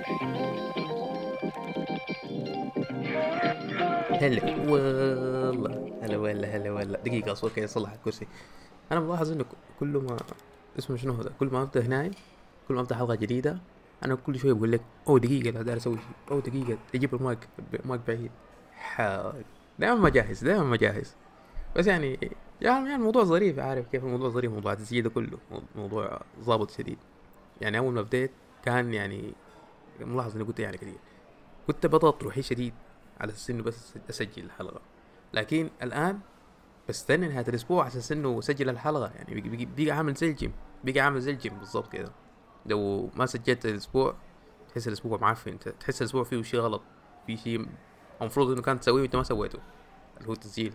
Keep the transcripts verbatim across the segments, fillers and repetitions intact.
هلا والله، هلا ولا هلا ولا دقيقة، أصور كده يصلح الكرسي. أنا ملاحظ إنه ك- كل ما اسمه شنو هذا، كل ما أبدأ هنا، كل ما أبدأ حلقة جديدة، أنا كل شوية بقول لك أوه دقيقة لا داير أسوي شيء، أوه دقيقة أجيب المايك، المايك بعيد. حاول. دائما ما جاهز، دائما ما جاهز. بس يعني يعني يعني الموضوع ظريف، عارف كيف الموضوع ظريف، موضوع التسجيل ده كله مو- موضوع ظابط شديد. يعني أول ما بديت كان يعني ملاحظ إني قلت يعني كثير، كنت بضغط روحي شديد على أساس إنه بس أسجل الحلقة. لكن الآن بستنى نهاية الأسبوع على أساس إنه أسجل الحلقة. يعني بيجي, بيجي, بيجي عامل زي الجيم، بيجي عامل زي الجيم بالضبط كده. لو ما سجلت الأسبوع تحس الأسبوع معفن، ت- تحس الأسبوع فيه شيء غلط، في شيء المفروض إنه كان تسويه وأنت ما سويته، اللي هو التسجيل.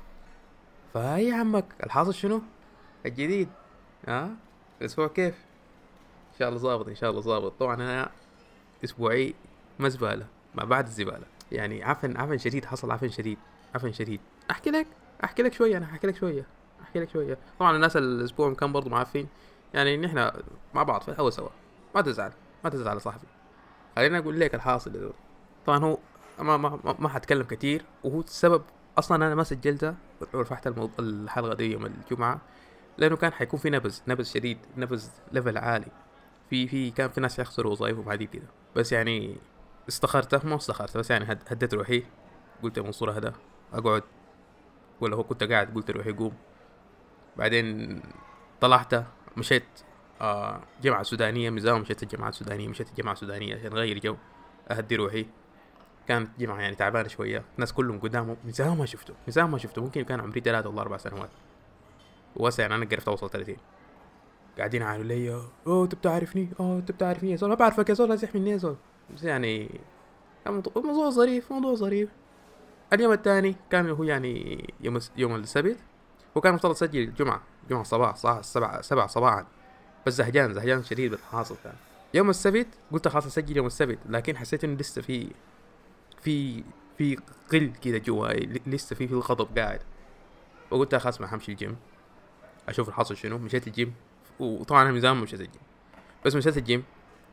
فهي يا عمك الحاصل شنو الجديد؟ ها أه؟ الأسبوع كيف؟ إن شاء الله ظابط، إن شاء الله ظابط. طبعا أنا أسبوعي مزبلة ما بعد الزبالة. يعني عفن، عفن شديد حصل، عفن شديد، عفن شديد. احكي لك، احكي لك شويه، انا احكي لك شويه، احكي لك شويه. طبعا الناس الاسبوع كان برضو معفين، يعني نحن مع بعض في الهوا سوا. ما تزعل، ما تزعل يا صاحبي. خليني اقول لك الحاصل يا زول. طبعا هو ما ما ما, ما حتكلم كتير، وهو السبب اصلا انا ما سجلتها ورفعت الموضوع الحلقه دي يوم الجمعه، لانه كان حيكون في نبز، نبز شديد، نبز ليفل عالي. في في كان في ناس يخسروا وظائفهم عادي كده. بس يعني استخرت، ما استخرت، بس يعني هد هديت روحي. قلت يا منصور هذا اقعد، ولا هو كنت قاعد قلت روحي قوم. بعدين طلعت، مشيت آه جامعة سودانية مزاوم، مشيت الجامعة السودانية، مشيت الجامعة السودانية عشان اغير جو، اهدي روحي. كانت جامعة يعني تعبانة شوية، الناس كلهم قدامهم مزاوم ما شفته، مزاوم ما شفته، ممكن كان عمري ثلاثة ولا أربع سنوات. وهسه يعني أنا قربت أوصل ثلاثين. قاعدين يعانوا لي، اوه انت بتعرفني، اوه انت بتعرفني يا زول، ما بعرفك يا زول، لا تزح مني يا زول. بس يعني الموضوع موضوع ظريف، موضوع ظريف. اليوم الثاني كان هو يعني يوم الس- يوم السبت، وكان مفترض اسجل الجمعة، الجمعة الصباح صح السبعة سبعة صباحا. بس زهجان، زهجان شديد بالحاصل. كان يوم السبت قلت خلاص اسجل يوم السبت، لكن حسيت انه لسه في في في قل كده جواي، ل- لسه في في الغضب قاعد. وقلت خلاص ما حمشي الجيم، اشوف الحاصل شنو. مشيت الجيم، وطبعا انا من زمان ما مشيت الجيم، بس مشيت الجيم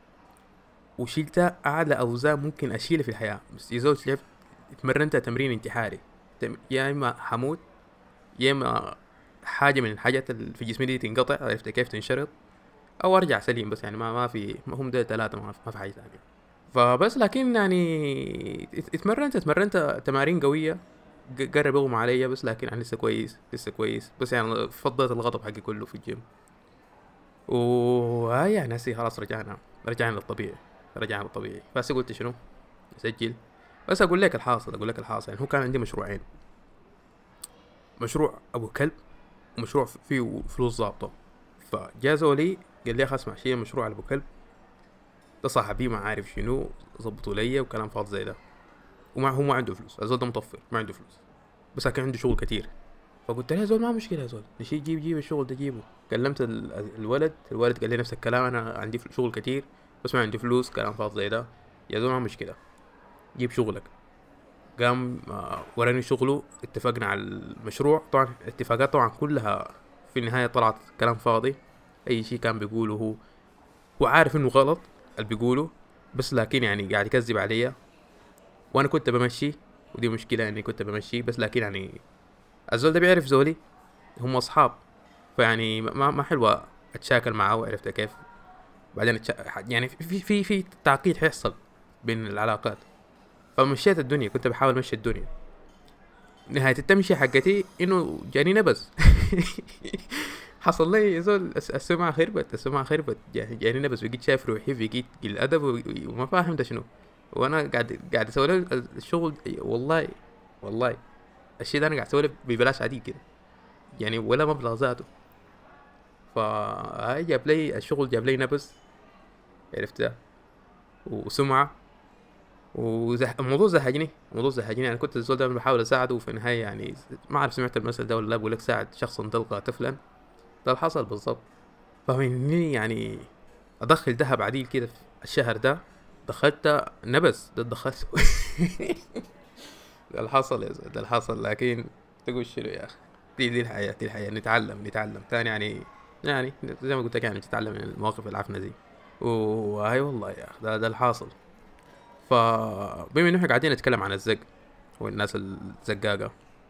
وشيلت اعلى اوزان ممكن اشيلها في الحياه. بس يا زول لعبت، اتمرنت تمرين انتحاري. تم- يا اما حموت، يا اما حاجه من الحاجات اللي في جسمي دي تنقطع، عرفت كيف تنشرط، او ارجع سليم. بس يعني ما ما في، ما هم ده ثلاثه، ما في, ما في حاجه ثانيه. فبس لكن يعني ات- اتمرنت اتمرنت تمارين قويه، ق- قرب يغمى عليا، بس لكن يعني لسه كويس، لسه كويس. بس يعني فضيت الغضب حقي كله في الجيم. وهاي يا ناسي خلاص رجعنا، رجعنا للطبيعي، رجعنا للطبيعي. بس قلت شنو اسجل. بس اقول لك الحاصل، اقول لك الحاصل. يعني هو كان عندي مشروعين، مشروع ابو كلب، ومشروع فيه فلوس ظابطه. فجاء زولي قال لي خلاص ماشي مشروع على ابو كلب ده، صاحبي ما عارف شنو ظبطوا لي وكلام فاضي زي ده. وما هو ما عنده فلوس، الزول ده مطفر ما عنده فلوس، بس كان عنده شغل كتير. فقلت له يا زول ما مشكله يا زول، نشي جيب جيب الشغل ده جيبه. كلمت ال- الولد، الولد قال لي نفس الكلام، انا عندي شغل كتير بس ما عندي فلوس، كلام فاضي زي ده. يا زول ما مشكله، جيب شغلك. قام آه، وراني شغله، اتفقنا على المشروع. طبعا الاتفاقات طبعا كلها في النهاية طلعت كلام فاضي. اي شيء كان بيقوله هو، هو عارف انه غلط اللي بيقوله، بس لكن يعني قاعد يكذب عليا. وانا كنت بمشي، ودي مشكلة اني كنت بمشي، بس لكن يعني الزول ده بيعرف زولي، هم اصحاب. فيعني ما ما حلوة اتشاكل معه، عرفت كيف. بعدين أتشا... يعني في في في تعقيد حيحصل بين العلاقات. فمشيت الدنيا، كنت بحاول امشي الدنيا. نهاية التمشي حقتي انه جاني نبز. حصل لي يا زول، الس- السمعة خربت، السمعة خربت. جاني جاني نبز، بقيت شايف روحي، بقيت قل ادب و- وما فاهم ده شنو. وانا قاعد قاعد اسوي له الشغل. والله، والله الشيء ده انا قاعد اسوي له ببلاش عادي كده، يعني ولا مبلغ ذاته. فهاي جاب لي الشغل، جاب لي نبز، عرفتها، وسمعة. وزه... الموضوع زهقني، الموضوع زهقني. انا كنت الزول ده بحاول اساعده، وفي النهايه يعني ما اعرف سمعت المثل ده ولا لا، بقول لك ساعد شخصا تلقى طفلا. ده اللي حصل بالضبط. فمني يعني ادخل ذهب عديل كده في الشهر ده، دخلت نبس ده دخلت. ده اللي حصل يا زول، ده اللي حصل. لكن تقول شنو يا اخي، دي دي الحياه، دي الحياه. نتعلم، نتعلم تاني يعني. يعني زي ما قلت لك يعني تتعلم من المواقف العفنه دي. وهاي والله يا اخي، ده ده الحاصل. فبما انه احنا قاعدين نتكلم عن الزق والناس الزقاقه،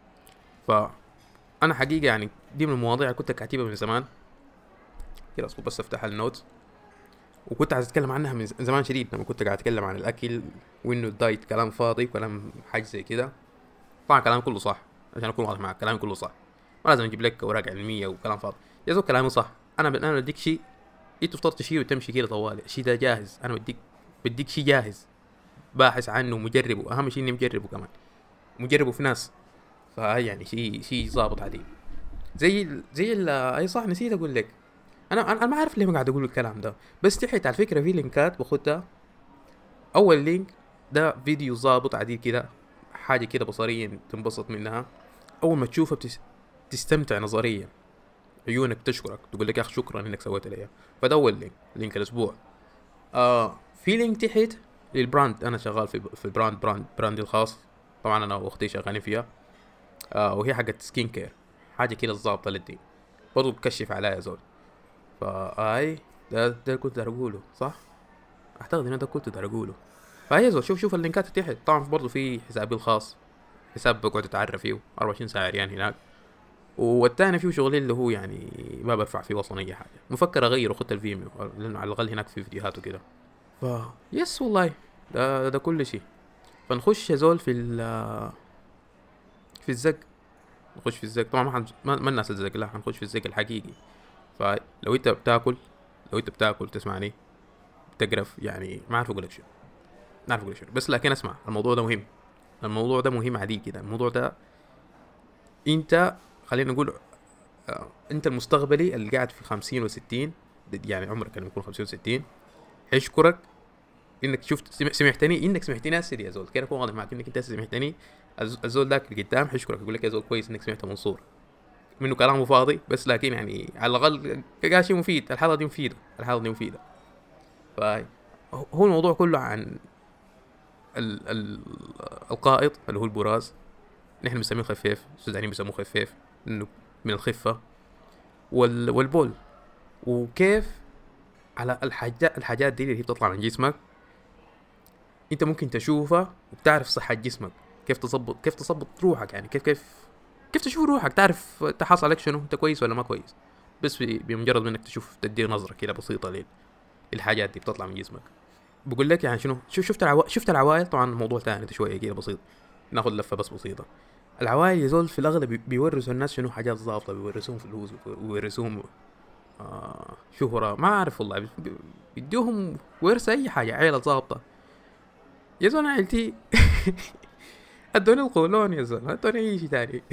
فانا حقيقه يعني دي من المواضيع اللي كنت كاتبها من زمان كده. اصبر بس افتح النوت. وكنت عايز اتكلم عنها من زمان شديد، لما كنت قاعد اتكلم عن الاكل وانه الدايت كلام فاضي وكلام حاجه زي كده. طبعا كلام كله صح، عشان اكون واضح معك كلامي كله صح، ما لازم اجيب لك اوراق علميه وكلام فاضي. يا زول كلامي صح. انا ب... انا بديك شيء انت تفطر تشيله وتمشي كده طوالي. الشيء ده جاهز، انا بديك بديك شيء جاهز باحث عنه مجربه، اهم شيء اني مجربه كمان، مجربه في ناس. فهي يعني شيء شيء ظابط عادي. زي ال... زي ال... اي صح، نسيت اقول لك. انا انا ما عارف ليه ما قاعد اقول الكلام ده، بس تحت على فكره في لينكات باخدها. اول لينك ده فيديو ظابط عادي كده، حاجه كده بصريا تنبسط منها. اول ما تشوفها بتس... تستمتع نظريا، عيونك تشكرك تقول لك يا اخي شكرا انك سويت لي. فده اول لينك، لينك الاسبوع. آه في لينك تحت للبراند. انا شغال في في براند براند براندي الخاص. طبعا انا واختي شغالين فيها. آه وهي حقت سكين كير، حاجه كده الظابطه للدين، برضو بكشف عليها زول. فاي ده ده كنت داير اقوله صح، اعتقد ان ده كنت داير اقوله. فهي زول شوف شوف اللينكات تحت. طبعا برضو في حسابي الخاص، حساب بقعد اتعرف فيه أربعة وعشرين ساعه يعني هناك. والتاني فيه شغلي اللي هو يعني ما برفع فيه اصلا اي حاجه، مفكر اغير اخذت الفيميو لانه على الاقل هناك في فيديوهات وكده. ف يس والله ده ده كل شيء. فنخش يا زول في ال في الزق. نخش في الزق. طبعا ما حن... ما, ما الناس الزق، لا حنخش في الزق الحقيقي. فلو انت بتاكل لو انت بتاكل تسمعني تقرف يعني، ما عارف اقول لك شو، ما عارف اقول لك شو، بس لكن اسمع الموضوع ده مهم. الموضوع ده مهم عديد كده. الموضوع ده انت خلينا نقول آه، انت المستقبلي اللي قاعد في خمسين وستين، يعني عمرك لما يكون خمسين وستين هيشكرك انك شفت سمع- سمعتني، انك سمعتني اسد يا زول كده. اكون واضح معك انك انت سمعتني. الز- الزول ذاك اللي قدام هيشكرك، يقول لك يا زول كويس انك سمعت منصور، منه كلامه فاضي بس لكن يعني على الاقل قال شيء مفيد. الحلقه دي مفيده، الحلقه دي مفيده. فهو الموضوع كله عن ال ال القائط اللي هو البراز. نحن بنسميه خفيف، السودانيين بيسموه خفيف انه من الخفه. وال والبول، وكيف على الحاجات الحاجات دي اللي هي بتطلع من جسمك انت ممكن تشوفها وبتعرف صحة جسمك. كيف تظبط كيف تظبط روحك يعني، كيف كيف كيف تشوف روحك، تعرف انت حاصل عليك شنو، انت كويس ولا ما كويس. بس ب- بمجرد منك تشوف تدي نظرة كده بسيطة لل- للحاجات دي بتطلع من جسمك. بقول لك يعني شنو، شوف شفت العوا... شفت العوائل. طبعا موضوع تاني ده شوية كده بسيط، ناخذ لفة بس بسيطة. العوائل يزول في الاغلب بي- بيورثوا الناس شنو حاجات ظابطة، بيورثوهم فلوس ويورثوهم آه شهرة، ما اعرف والله. بي- بي- بيدوهم ورث اي حاجة، عيلة ظابطة. يا زول أنا عيلتي ادوني القولون يا زول، ادوني اي شيء تاني.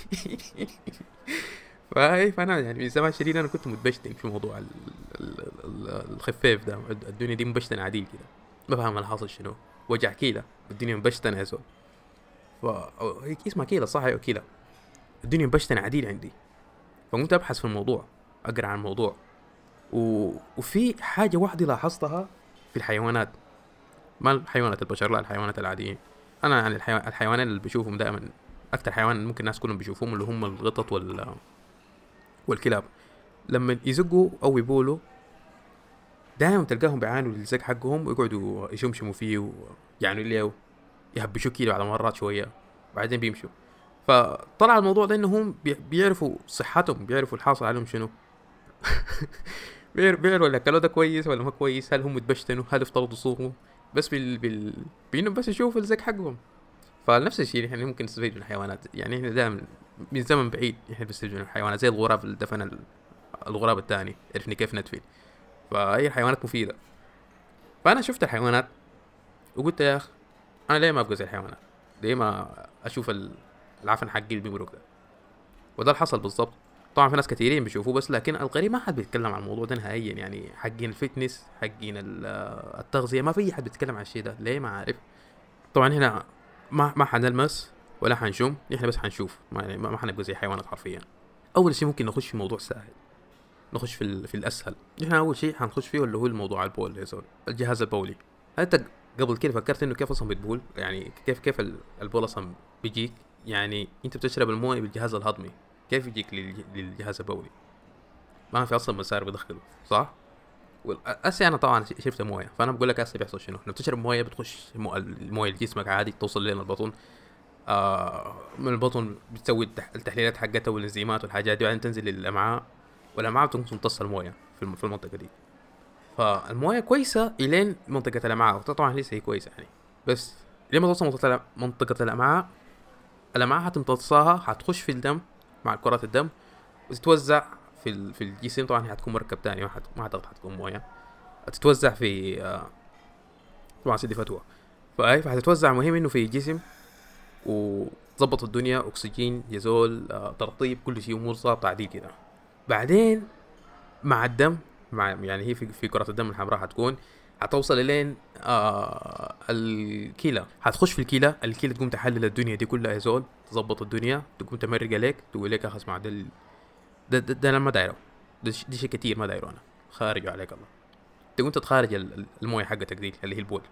فاي فانا يعني من زمان شديد انا كنت متبشتن في موضوع ال- ال- ال- الخفيف ده. الدنيا دي مبشتن عديل كده، ما فاهم اللي حاصل شنو. وجع كيلة، الدنيا مبشتن يا زول. ف هيك اسمها كيلة صح، ايوه كيلة. الدنيا مبشتن عديل عندي. فقمت ابحث في الموضوع، اقرا عن الموضوع. و... وفي حاجة واحدة لاحظتها في الحيوانات، ما الحيوانات البشر، لا الحيوانات العاديين. انا يعني الحيوان الحيوانين اللي بشوفهم دائما، اكتر حيوان ممكن الناس كلهم بيشوفوهم اللي هم القطط وال والكلاب. لما يزقوا او يبولوا دائما تلقاهم بيعانوا للزق حقهم، ويقعدوا يشمشموا فيه يعني اللي يهبشوا كيلو على مرات شويه، بعدين بيمشوا. فطلع الموضوع ده انهم بي- بيعرفوا صحتهم، بيعرفوا الحاصل عليهم شنو. بيعرفوا بيعرفوا الاكلوا ده كويس ولا ما كويس، هل هم اتبشتنوا، هل افترضوا صوموا. بس بال بال بانهم بس يشوفوا الزق حقهم. فنفس الشيء احنا ممكن نستفيد من الحيوانات. يعني احنا دائما من زمن بعيد احنا بنستفيد من الحيوانات، زي الغراب اللي دفن ال- الغراب الثاني، عرفني كيف ندفن. فهي الحيوانات مفيدة. فأنا شفت الحيوانات وقلت يا أخ، أنا ليه ما أبقى زي الحيوانات؟ ليه ما أشوف ال- العفن حقي اللي بيمرق ده؟ وده اللي حصل بالضبط. طبعا في ناس كثيرين بيشوفوه، بس لكن الغريب ما حد بيتكلم عن الموضوع ده نهائيا. يعني حقين الفتنس، حقين ال- التغذية، ما في حد بيتكلم عن الشيء ده. ليه؟ ما عارف. طبعا هنا ما ما حنلمس ولا حنشم، احنا بس حنشوف. ما يعني ما حنبقى زي حيوانات حرفيا. اول شيء ممكن نخش في موضوع سهل، نخش في ال... في الاسهل. احنا اول شيء حنخش فيه اللي هو الموضوع البول يا زول، الجهاز البولي. هل انت قبل كده فكرت انه كيف اصلا بتبول؟ يعني كيف كيف ال- البول اصلا بيجيك؟ يعني انت بتشرب المويه بالجهاز الهضمي، كيف يجيك لل... للجهاز البولي؟ ما في اصلا مسار بدخله صح. هسه انا طبعا شربت مويه، فانا بقول لك هسه بيحصل شنو لما بتشرب مويه. بتخش المو- المويه لجسمك عادي، توصل لين البطن. آه من البطن بتسوي التح- التحليلات حقتها والانزيمات والحاجات دي، بعدين تنزل للامعاء، والامعاء بتقوم تمتص المويه في الم- في المنطقه دي. فالمويه كويسه الين منطقه الامعاء، طبعا لسه هي كويسه يعني. بس لما توصل منطقه الأ- منطقه الامعاء، الامعاء هتمتصها، هتخش في الدم مع كرات الدم، وتتوزع في ال- في الجسم. طبعا هي هتكون مركب تاني، ما حت- ما اعتقد هتكون مويه. هتتوزع في آه، طبعا سيدي فتوى. فاي فهتتوزع، مهم انه في الجسم وتظبط الدنيا، اكسجين يزول آه، ترطيب، كل شيء امور ظابطه عديل كده. بعدين مع الدم، مع يعني هي في في كرة الدم الحمراء هتكون، هتوصل لين آه الكلى، هتخش في الكلى. الكلى تقوم تحلل الدنيا دي كلها يا زول، تظبط الدنيا، تقوم تمرق عليك، تقول لك اخ اسمع ده ال- ده, ده, ده انا ما دايره، ده ش- دي شيء كتير ما دايره انا، خارجه عليك الله. تقوم تتخارج ال- ال- المويه حقتك دي اللي هي البول.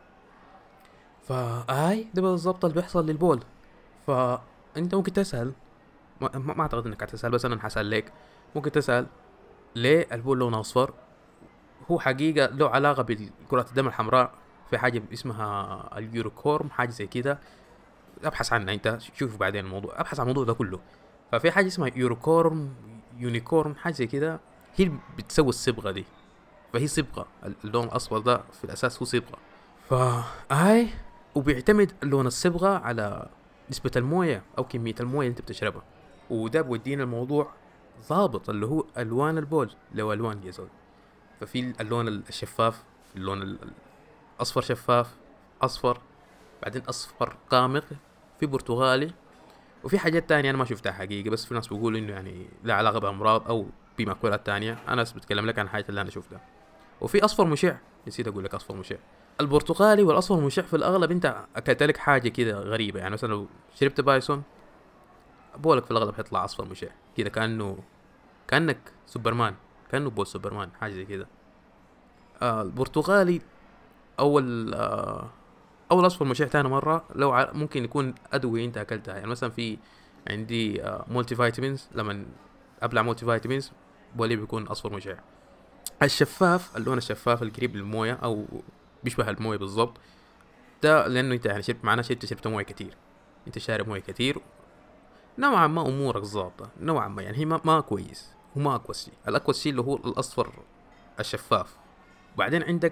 فاي ده بالظبط اللي بيحصل للبول. فانت ممكن تسال، ما, ما ما اعتقد انك هتسال، بس انا حسأل لك. ممكن تسال ليه البول لونه اصفر. هو حقيقة له علاقة بالكرات الدم الحمراء، في حاجة اسمها اليوروكورم، حاجة زي كده. ابحث عنها انت، شوف بعدين الموضوع، ابحث عن الموضوع ده كله. ففي حاجة اسمها يوروكورم، يونيكورم، حاجة زي كده، هي اللي بتسوي الصبغة دي. فهي صبغة، اللون الأصفر ده في الأساس هو صبغة. فهاي، وبيعتمد لون الصبغة على نسبة الموية أو كمية الموية اللي أنت بتشربها. وده بودينا الموضوع ضابط، اللي هو ألوان البول، لو ألوان يا زول. ففي اللون الشفاف، اللون الاصفر شفاف، اصفر، بعدين اصفر غامق، في برتغالي، وفي حاجات تانية انا ما شفتها حقيقة، بس في ناس بيقولوا انه يعني لا علاقة بامراض او بمأكولات تانية. انا بس بتكلم لك عن الحاجات اللي انا شفتها. وفي اصفر مشع، نسيت اقول لك اصفر مشع. البرتقالي والاصفر المشع في الاغلب انت اكلت لك حاجة كده غريبة، يعني مثلا لو شربت بايسون، بولك في الاغلب حيطلع اصفر مشع كده، كانه كانك سوبرمان، كانه بول سوبرمان، حاجة زي كده. آه البرتغالي اول آه اول اصفر مشيح تاني مره، لو ع... ممكن يكون ادويه انت اكلتها. يعني مثلا في عندي آه مولتي فيتامينز، لما ابلع مولتي فيتامينز بولي بيكون اصفر مشيح. الشفاف، اللون الشفاف القريب للمويه او بيشبه المويه بالضبط، ده لانه انت يعني شربت معنا، شربت شربت مويه كتير، انت شارب مويه كتير، نوعا ما امورك ظابطه نوعا ما. يعني هي ما, ما كويس، هو ما اقوى شيء. الاقوى شيء اللي هو الاصفر الشفاف. بعدين عندك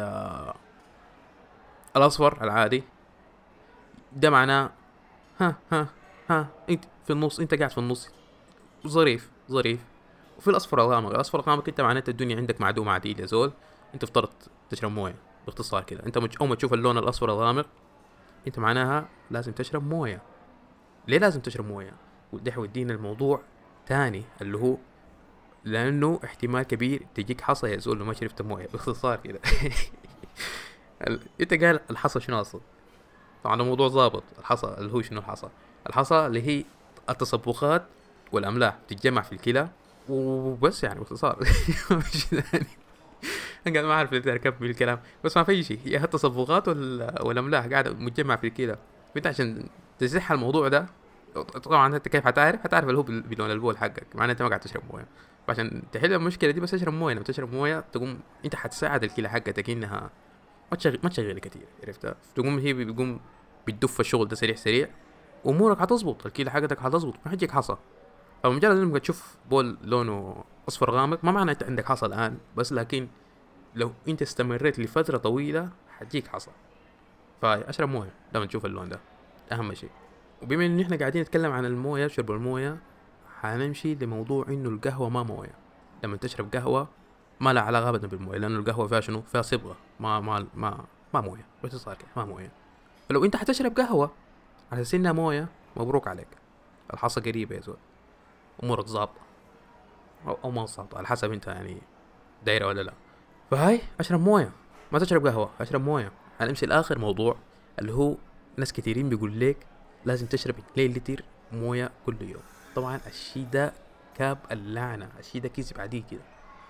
الاصفر العادي، ده معناه ها ها ها انت في النص، انت قاعد في النص، ظريف ظريف. وفي الاصفر الغامق، الاصفر الغامق انت معناته الدنيا عندك معدومه عديل يا زول، انت افترض تشرب مويه. باختصار كده، انت مج... اول ما تشوف اللون الاصفر الغامق، انت معناها لازم تشرب مويه. ليه لازم تشرب مويه؟ وده حيودينا الموضوع تاني، اللي هو لانه احتمال كبير تجيك حصى يا زول لو ما شربت مويه. باختصار كده. ال- انت قال الحصى شنو اصلا؟ طبعا الموضوع ظابط. الحصى اللي هو شنو الحصى؟ الحصى اللي هي التصبغات والاملاح بتتجمع في الكلى وبس، يعني باختصار. مش ثاني. انا قاعد ما اعرف اذا اكمل الكلام، بس ما في شيء، هي التصبغات وال- والاملاح قاعده متجمع في الكلى. فانت عشان تزح الموضوع ده، طبعا انت كيف حتعرف؟ حتعرف اللي هو بال- بلون البول حقك، معناه انت ما قاعد تشرب مويه. فعشان تحل المشكله دي بس اشرب مويه. لما تشرب مويه تقوم انت حتساعد الكلى حقتك انها ما تشغل ما تشغل كتير، عرفتها؟ تقوم هي بيقوم بتدف الشغل ده سريع سريع، امورك هتظبط، الكلى حقتك هتظبط، ما حيجيك حصى. او مجرد انك تشوف بول لونه اصفر غامق ما معنى انت عندك حصى الان، بس لكن لو انت استمريت لفتره طويله حتجيك حصى. فاشرب مويه لما تشوف اللون ده، اهم شيء. وبما ان احنا قاعدين نتكلم عن المويه، شرب المويه، حنمشي لموضوع انه القهوه ما مويه. لما تشرب قهوه ما لها علاقه ابدا بالمويه، لانه القهوه فيها شنو؟ فيها صبغه، ما ما ما ما مويه. بس صار كده ما مويه. فلو انت حتشرب قهوه على اساس انها مويه، مبروك عليك، الحصى قريبه يا زول، امورك ظابطه او, أو ما ظابطه على حسب انت يعني دايره ولا لا. فهاي اشرب مويه، ما تشرب قهوه، اشرب مويه. هنمشي لاخر موضوع، اللي هو ناس كتيرين بيقول لك لازم تشرب اتنين لتر مويه كل يوم. طبعا الشي ده كاب اللعنه، الشي ده كذب عادي كده.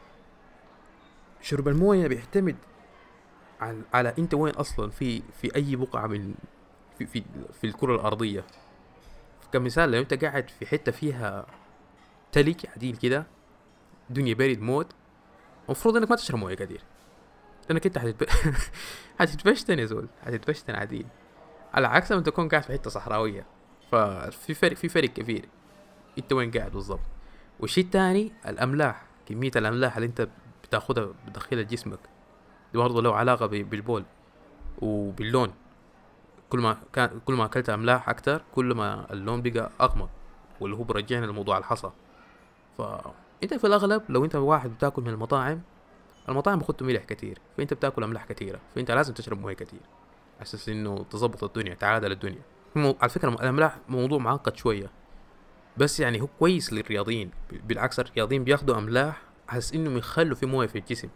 شرب المويه بيعتمد على, على انت وين اصلا، في في اي بقعه من في في, في الكره الارضيه. كمثال، لو انت قاعد في حته فيها تلج عديل كده، دنيا بارد موت، المفروض انك ما تشرب مويه كتير، لانك انت حتتب... حتتبشتن يا زول، حتتبشتن عديل، على عكس لما تكون قاعد في حته صحراويه. ففي فرق، في فرق كبير انت وين قاعد بالضبط. والشيء الثاني الاملاح، كميه الاملاح اللي انت بتاخدها بتدخلها لجسمك دي برضه له علاقه ب- بالبول وباللون. كل ما كان كل ما اكلت املاح اكتر كل ما اللون بقى اغمق، واللي هو برجعنا لموضوع الحصى. فانت في الاغلب لو انت واحد بتاكل من المطاعم، المطاعم بيحطوا ملح كتير، فانت بتاكل املاح كتيره، فانت لازم تشرب مويه كتير على اساس انه تظبط الدنيا، تعادل الدنيا. مو... على فكره الاملاح موضوع معقد شويه، بس يعني هو كويس للرياضيين. بالعكس الرياضيين بياخدوا املاح حاسس انهم يخلوا في مويه في الجسم،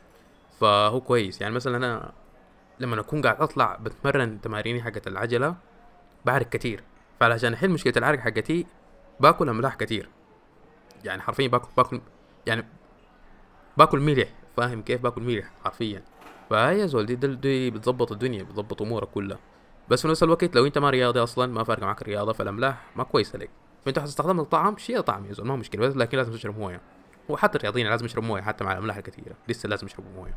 فهو كويس. يعني مثلا انا لما اكون قاعد اطلع بتمرن تماريني حقت العجله بعرق كتير، فعلشان احل مشكله العرق حقتي باكل املاح كتير. يعني حرفيا باكل باكل يعني باكل ملح، فاهم كيف؟ باكل ملح حرفيا. فهي زول دي, دي, دي بتظبط الدنيا، بتظبط امورك كلها. بس في نفس الوقت لو انت ما رياضي اصلا، ما فارقه معك الرياضه، فالاملاح ما كويسه لك. فانت حتستخدم الطعم شيء طعم يا زول، ما هو مشكله، بس لكن لازم تشرب مويه. وحتى الرياضيين لازم يشربوا مويه حتى مع الاملاح الكثيره، لسه لازم يشربوا مويه.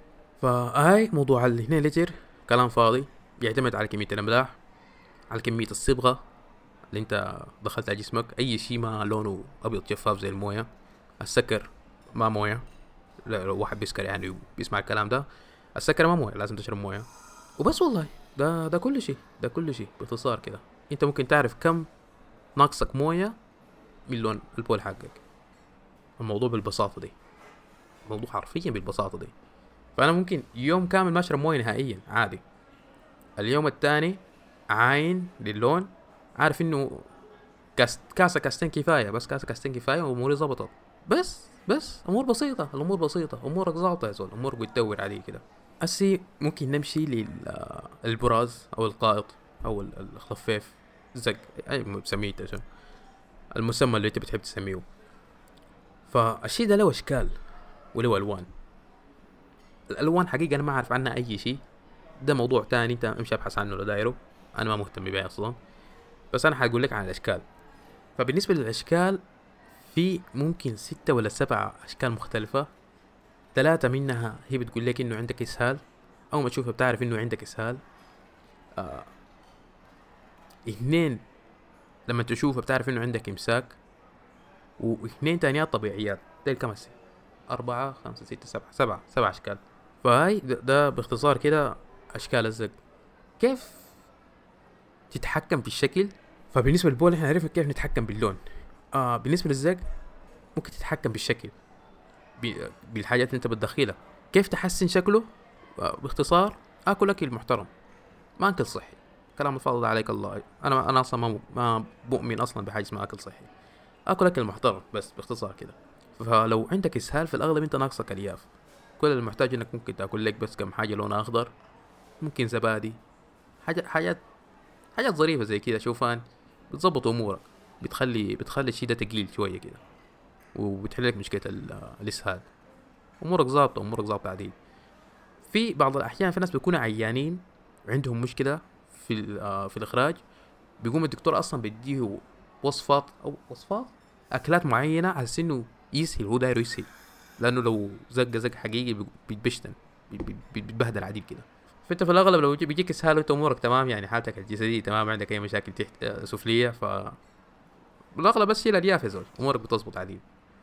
فهاي موضوع ال اثنين لتر كلام فاضي، يعتمد على كميه الاملاح، على كميه الصبغه اللي انت دخلت على جسمك. اي شيء ما لونه ابيض شفاف زي المويه، السكر ما مويه. لو واحد بيسكر يعني بيسمع الكلام ده، السكر ما مويه، لازم تشرب مويه. وبس والله، ده ده كل شيء، ده كل شيء باختصار كده. انت ممكن تعرف كم ناقصك مويه من لون البول حقك. الموضوع بالبساطه دي، الموضوع حرفيا بالبساطه دي. فانا ممكن يوم كامل ما اشرب مويه نهائيا عادي، اليوم الثاني عاين للون، عارف انه كاس كاسه كاستين كفايه، بس كاسه كاستين كفايه واموري ظبطت. بس بس امور بسيطه، الامور بسيطه، امورك ظابطه يا زول، امورك بتدور عليه كده. هسي ممكن نمشي للبراز او القائط او الخفاف، زق اي بسميه عشان المسمى اللي انت بتحب تسميه. فالشي ده له اشكال وله الوان. الالوان حقيقه انا ما اعرف عنها اي شيء، ده موضوع تاني، انت امشي ابحث عنه لو دايره، انا ما مهتم بيه اصلا. بس انا حقول لك عن الاشكال. فبالنسبه للاشكال، في ممكن ستة ولا سبعة اشكال مختلفه. ثلاثه منها هي بتقول لك انه عندك اسهال، اول ما تشوفها بتعرف انه عندك اسهال. آه. اثنين لما تشوفها بتعرف انه عندك امساك. واثنين تانيات طبيعيات. ده الكمسة. أربعة خمسة ستة سبعة سبعة سبعة أشكال. فهاي ده, ده باختصار كده أشكال الزق. كيف تتحكم في الشكل؟ فبالنسبة للبول احنا عرفنا كيف نتحكم باللون. آه بالنسبة للزق ممكن تتحكم بالشكل، بالحاجات اللي انت بتدخلها. كيف تحسن شكله؟ آه باختصار اكل اكل محترم، ما اكل صحي. كلام الفاضل عليك الله. انا انا اصلا ما ما بؤمن اصلا بحاجه اسمها اكل صحي. اكل اكل محترم بس باختصار كده. فلو عندك اسهال في الاغلب انت ناقصك الياف. كل المحتاج انك ممكن تاكل لك بس كم حاجه لونها اخضر، ممكن زبادي، حاجات حاجات حاجات ظريفه زي كده، شوفان بتظبط امورك، بتخلي بتخلي الشيء ده تقليل شويه كده، وبتحل لك مشكله الاسهال. امورك ظابطه، امورك ظابطه عديد. في بعض الاحيان في ناس بيكونوا عيانين وعندهم مشكله في في الاخراج، بيقوم الدكتور اصلا بيديه وصفات او وصفات اكلات معينه على انه يسهل، هو داير يسهل، لانه لو زق زق حقيقي بيتبشتن، بيتبهدل عديد كده. فانت في الاغلب لو بيجيك اسهال وانت امورك تمام، يعني حالتك الجسديه تمام، عندك اي مشاكل تحت سفليه، ف بالاغلب بس شيل الياف يا زول، امورك بتظبط عديد.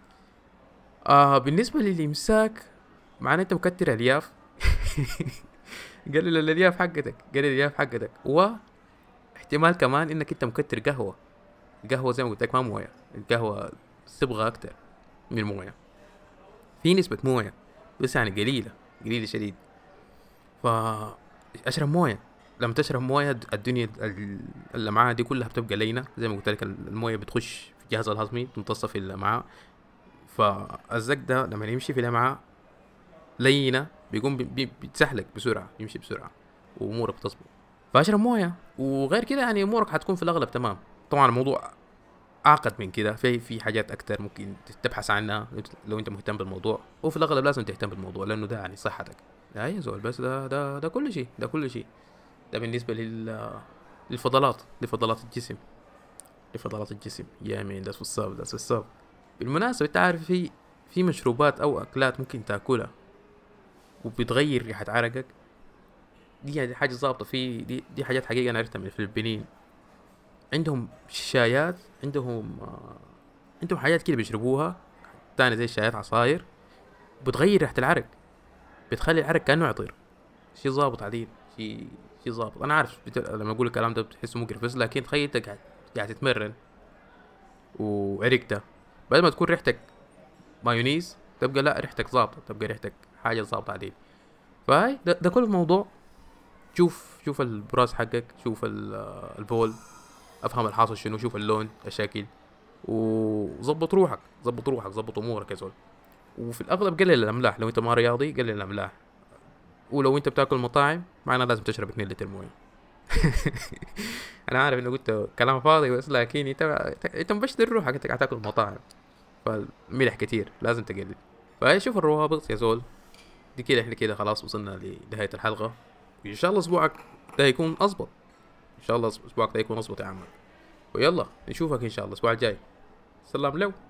آه بالنسبه للامساك، معناه انت مكتر الياف. قلل الالياف حقتك، قلل الالياف حقتك. واحتمال كمان انك انت مكتر قهوه. القهوه زي ما قلت لك ما مويه، القهوه صبغه اكتر من المويه، في نسبه مويه بس يعني قليله، قليله شديد. ف اشرب مويه. لما تشرب مويه الدنيا الامعاء دي كلها بتبقى لينه، زي ما قلت لك المويه بتخش في الجهاز الهضمي تمتص في الامعاء. فالزق ده لما يمشي في الامعاء لينه بيقوم بيتسحلك بسرعه، يمشي بسرعه وامورك تظبط. فاشرب مويه، وغير كده يعني امورك حتكون في الاغلب تمام. طبعا الموضوع اعقد من كده، في في حاجات اكتر ممكن تبحث عنها لو انت مهتم بالموضوع، وفي الاغلب لازم تهتم بالموضوع لانه ده يعني صحتك. لا يا زول، بس ده ده ده كل شيء، ده كل شيء. ده بالنسبه لل للفضلات، لفضلات الجسم، لفضلات الجسم. يا مين ده الصاب، ده الصاب. بالمناسبه انت عارف في في مشروبات او اكلات ممكن تاكلها وبتغير ريحة عرقك، دي يعني حاجة ظابطة. في دي, دي حاجات حقيقة انا عرفتها من الفلبينيين. عندهم شايات، عندهم آه عندهم حاجات كده بيشربوها تاني زي الشايات، عصاير بتغير ريحة العرق، بتخلي العرق كأنه عطير. شي ظابط عديل، شي شي ظابط. انا عارف بت... لما اقول الكلام ده بتحسه مقرف، بس لكن تخيل انت قاعد قاعد تتمرن وعرقته، بدل ما تكون ريحتك مايونيز تبقى لا ريحتك ظابطة، تبقى ريحتك حاجة ظابطة عديل. فهاي ده, ده كل الموضوع. شوف شوف البراز حقك، شوف ال- البول، افهم الحاصل شنو، شوف اللون الشكل، وظبط روحك ظبط روحك ظبط امورك يا زول. وفي الاغلب قلل الاملاح، لو انت ما رياضي قلل الاملاح. ولو انت بتاكل مطاعم معناه لازم تشرب اتنين لتر مويه. انا عارف انه قلت كلام فاضي، بس لكن انت انت مبشر روحك، انت قاعد تاكل مطاعم، فالملح كتير لازم تقلل. فهي شوف الروابط يا زول. دي كده احنا كده خلاص وصلنا لنهاية الحلقة. وان شاء الله اسبوعك ده يكون اظبط، ان شاء الله اسبوعك ده يكون اظبط يا عم. ويلا نشوفك ان شاء الله الاسبوع الجاي. سلام لو